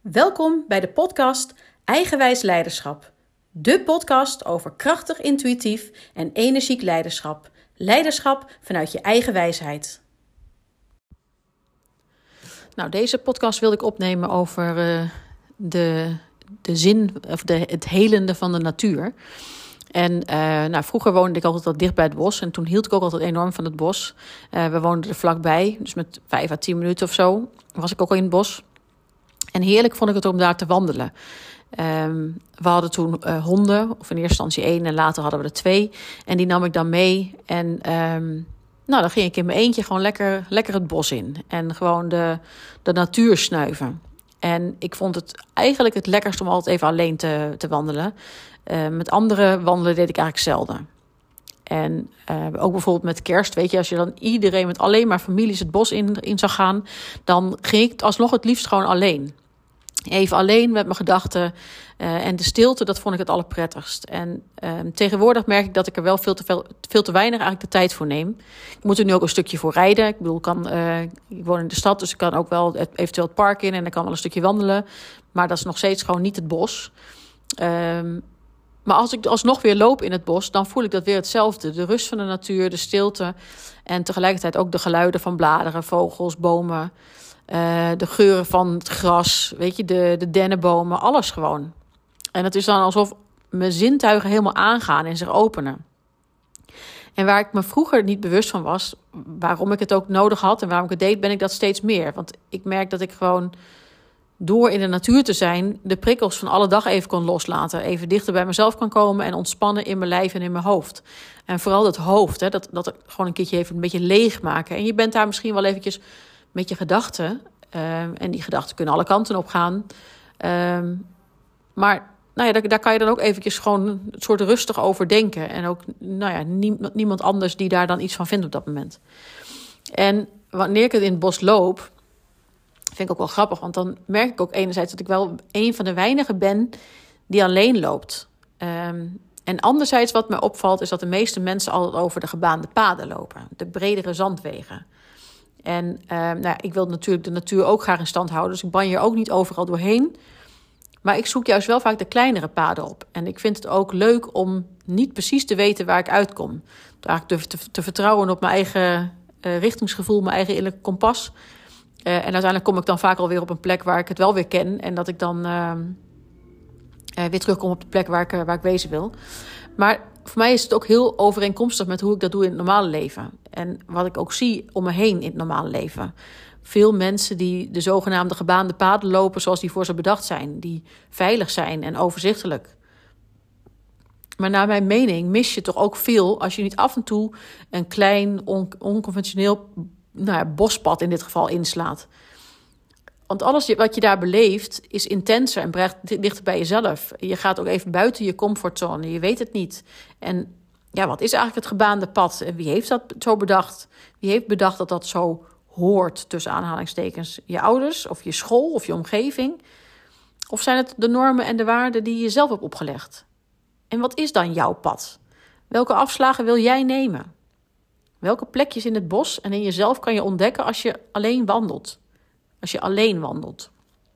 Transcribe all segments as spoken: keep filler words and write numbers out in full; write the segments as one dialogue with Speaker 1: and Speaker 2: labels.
Speaker 1: Welkom bij de podcast Eigenwijs Leiderschap. De podcast over krachtig, intuïtief en energiek leiderschap. Leiderschap vanuit je eigen wijsheid. Nou, deze podcast wilde ik opnemen over uh, de, de zin, of de, het helende van de natuur. En uh, nou, vroeger woonde ik altijd al dicht bij het bos. En toen hield ik ook altijd enorm van het bos. Uh, we woonden er vlakbij. Dus met vijf à tien minuten of zo was ik ook al in het bos. En heerlijk vond ik het om daar te wandelen. Um, we hadden toen uh, honden, of in eerste instantie één en later hadden we er twee. En die nam ik dan mee. En um, nou, dan ging ik in mijn eentje gewoon lekker, lekker het bos in. En gewoon de, de natuur snuiven. En ik vond het eigenlijk het lekkerst om altijd even alleen te, te wandelen. Uh, met anderen wandelen deed ik eigenlijk zelden. En uh, ook bijvoorbeeld met kerst, weet je, als je dan iedereen met alleen maar families het bos in, in zou gaan, dan ging ik alsnog het liefst gewoon alleen. Even alleen met mijn gedachten. Uh, en de stilte, dat vond ik het allerprettigst. En uh, tegenwoordig merk ik dat ik er wel veel te, veel, veel te weinig eigenlijk de tijd voor neem. Ik moet er nu ook een stukje voor rijden. Ik bedoel, ik, kan, uh, ik woon in de stad, dus ik kan ook wel het, eventueel het park in en dan kan wel een stukje wandelen. Maar dat is nog steeds gewoon niet het bos. Um, Maar als ik alsnog weer loop in het bos, dan voel ik dat weer hetzelfde. De rust van de natuur, de stilte en tegelijkertijd ook de geluiden van bladeren, vogels, bomen. Uh, de geuren van het gras, weet je, de, de dennenbomen, alles gewoon. En het is dan alsof mijn zintuigen helemaal aangaan en zich openen. En waar ik me vroeger niet bewust van was, waarom ik het ook nodig had en waarom ik het deed, ben ik dat steeds meer. Want ik merk dat ik gewoon door in de natuur te zijn, de prikkels van alle dag even kon loslaten. Even dichter bij mezelf kan komen en ontspannen in mijn lijf en in mijn hoofd. En vooral dat hoofd, hè, dat, dat gewoon een keertje even een beetje leeg maken. En je bent daar misschien wel eventjes met je gedachten. Uh, en die gedachten kunnen alle kanten op gaan. Uh, maar nou ja, daar, daar kan je dan ook eventjes gewoon een soort rustig over denken. En ook nou ja, nie, niemand anders die daar dan iets van vindt op dat moment. En wanneer ik het in het bos loop, vind ik ook wel grappig, want dan merk ik ook enerzijds dat ik wel een van de weinigen ben die alleen loopt. Um, en anderzijds wat mij opvalt is dat de meeste mensen altijd over de gebaande paden lopen. De bredere zandwegen. En um, nou ja, ik wil natuurlijk de natuur ook graag in stand houden, dus ik banjer ook niet overal doorheen. Maar ik zoek juist wel vaak de kleinere paden op. En ik vind het ook leuk om niet precies te weten waar ik uitkom. Eigenlijk te, te, te vertrouwen op mijn eigen uh, richtingsgevoel, mijn eigen innerlijke kompas. Uh, en uiteindelijk kom ik dan vaak alweer op een plek waar ik het wel weer ken. En dat ik dan uh, uh, weer terugkom op de plek waar ik, uh, waar ik wezen wil. Maar voor mij is het ook heel overeenkomstig met hoe ik dat doe in het normale leven. En wat ik ook zie om me heen in het normale leven. Veel mensen die de zogenaamde gebaande paden lopen zoals die voor ze bedacht zijn. Die veilig zijn en overzichtelijk. Maar naar mijn mening mis je toch ook veel als je niet af en toe een klein, on- onconventioneel nou ja, bospad in dit geval inslaat. Want alles wat je daar beleeft is intenser en brengt dichter bij jezelf. Je gaat ook even buiten je comfortzone. Je weet het niet. En ja, wat is eigenlijk het gebaande pad? En wie heeft dat zo bedacht? Wie heeft bedacht dat dat zo hoort, tussen aanhalingstekens? Je ouders of je school of je omgeving? Of zijn het de normen en de waarden die je zelf hebt opgelegd? En wat is dan jouw pad? Welke afslagen wil jij nemen? Welke plekjes in het bos en in jezelf kan je ontdekken als je alleen wandelt? Als je alleen wandelt.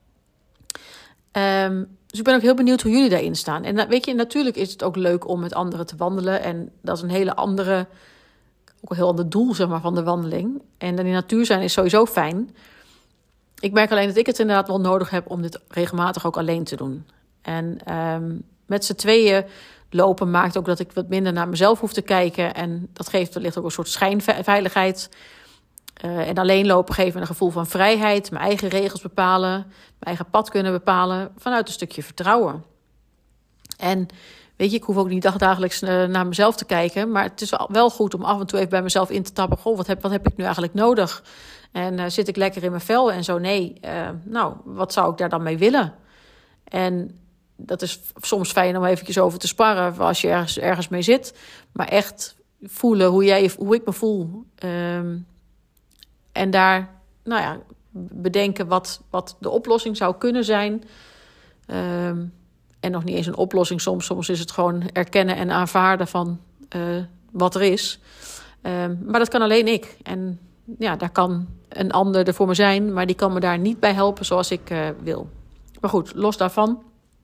Speaker 1: Um, dus ik ben ook heel benieuwd hoe jullie daarin staan. En weet je, natuurlijk is het ook leuk om met anderen te wandelen. En dat is een hele andere, ook een heel ander doel zeg maar, van de wandeling. En in de natuur zijn is sowieso fijn. Ik merk alleen dat ik het inderdaad wel nodig heb om dit regelmatig ook alleen te doen. En um, met z'n tweeën lopen maakt ook dat ik wat minder naar mezelf hoef te kijken. En dat geeft wellicht ook een soort schijnveiligheid. Uh, en alleen lopen geeft me een gevoel van vrijheid. Mijn eigen regels bepalen. Mijn eigen pad kunnen bepalen. Vanuit een stukje vertrouwen. En weet je, ik hoef ook niet dagdagelijks uh, naar mezelf te kijken. Maar het is wel goed om af en toe even bij mezelf in te tappen. Goh, wat heb, wat heb ik nu eigenlijk nodig? En uh, zit ik lekker in mijn vel? En zo nee. Uh, nou, wat zou ik daar dan mee willen? En dat is soms fijn om eventjes over te sparren als je ergens, ergens mee zit. Maar echt voelen hoe, jij, hoe ik me voel. Um, en daar, nou ja, bedenken wat, wat de oplossing zou kunnen zijn. Um, en nog niet eens een oplossing soms. Soms is het gewoon erkennen en aanvaarden van uh, wat er is. Um, maar dat kan alleen ik. En ja, daar kan een ander er voor me zijn, maar die kan me daar niet bij helpen zoals ik uh, wil. Maar goed, los daarvan.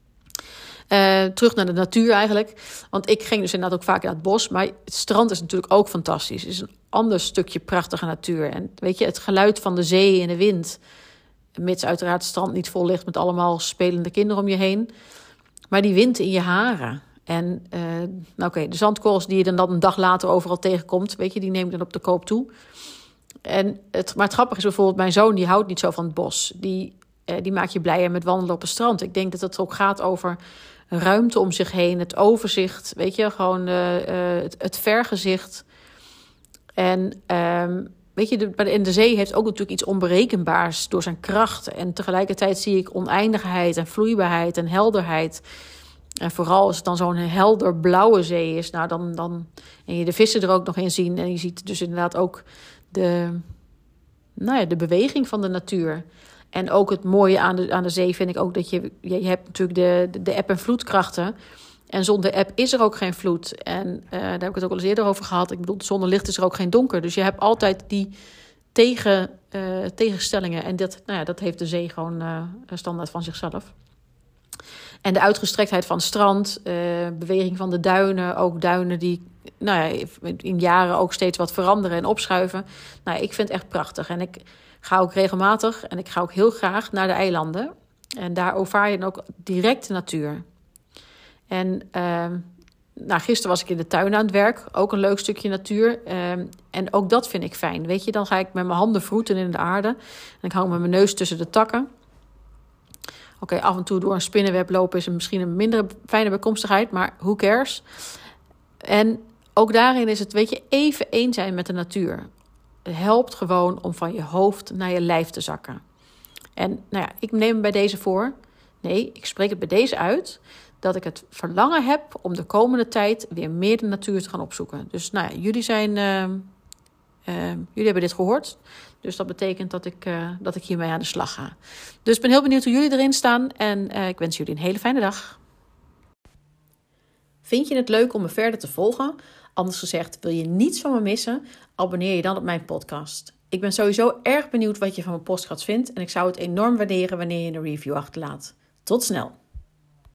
Speaker 1: Uh, terug naar de natuur eigenlijk. Want ik ging dus inderdaad ook vaak naar het bos. Maar het strand is natuurlijk ook fantastisch. Het is een ander stukje prachtige natuur. En weet je, het geluid van de zee en de wind. Mits uiteraard het strand niet vol ligt met allemaal spelende kinderen om je heen. Maar die wind in je haren. En uh, nou oké, okay, de zandkorrels die je dan, dan een dag later overal tegenkomt. Weet je, die neem je dan op de koop toe. En het, maar het grappige is bijvoorbeeld, mijn zoon die houdt niet zo van het bos. Die, uh, die maakt je blijer met wandelen op het strand. Ik denk dat het ook gaat over ruimte om zich heen, het overzicht, weet je, gewoon uh, uh, het, het vergezicht. En um, weet je, de, in de zee heeft ook natuurlijk iets onberekenbaars door zijn kracht. En tegelijkertijd zie ik oneindigheid en vloeibaarheid en helderheid. En vooral als het dan zo'n helder blauwe zee is, nou dan, dan en je de vissen er ook nog in zien. En je ziet dus inderdaad ook de, nou ja, de beweging van de natuur. En ook het mooie aan de, aan de zee vind ik ook dat je... Je hebt natuurlijk de, de, de eb- en vloedkrachten. En zonder eb is er ook geen vloed. En uh, daar heb ik het ook al eens eerder over gehad. Ik bedoel, zonder licht is er ook geen donker. Dus je hebt altijd die tegen, uh, tegenstellingen. En dat, nou ja, dat heeft de zee gewoon uh, standaard van zichzelf. En de uitgestrektheid van het strand. Uh, beweging van de duinen. Ook duinen die nou ja, in jaren ook steeds wat veranderen en opschuiven. Nou, ik vind het echt prachtig. En ik... ga ook regelmatig en ik ga ook heel graag naar de eilanden. En daar ervaar je dan ook direct de natuur. En uh, nou, gisteren was ik in de tuin aan het werk. Ook een leuk stukje natuur. Uh, en ook dat vind ik fijn. Weet je, dan ga ik met mijn handen vroeten in de aarde. En ik hou met mijn neus tussen de takken. Oké, okay, af en toe door een spinnenweb lopen is misschien een minder fijne bijkomstigheid. Maar who cares? En ook daarin is het, weet je, even één zijn met de natuur. Het helpt gewoon om van je hoofd naar je lijf te zakken. En nou ja, ik neem hem bij deze voor. Nee, ik spreek het bij deze uit. Dat ik het verlangen heb om de komende tijd weer meer de natuur te gaan opzoeken. Dus nou ja, jullie zijn... Uh, uh, jullie hebben dit gehoord. Dus dat betekent dat ik, uh, dat ik hiermee aan de slag ga. Dus ik ben heel benieuwd hoe jullie erin staan. En uh, ik wens jullie een hele fijne dag. Vind je het leuk om me verder te volgen? Anders gezegd, wil je niets van me missen? Abonneer je dan op mijn podcast. Ik ben sowieso erg benieuwd wat je van mijn podcast vindt. En ik zou het enorm waarderen wanneer je een review achterlaat. Tot snel!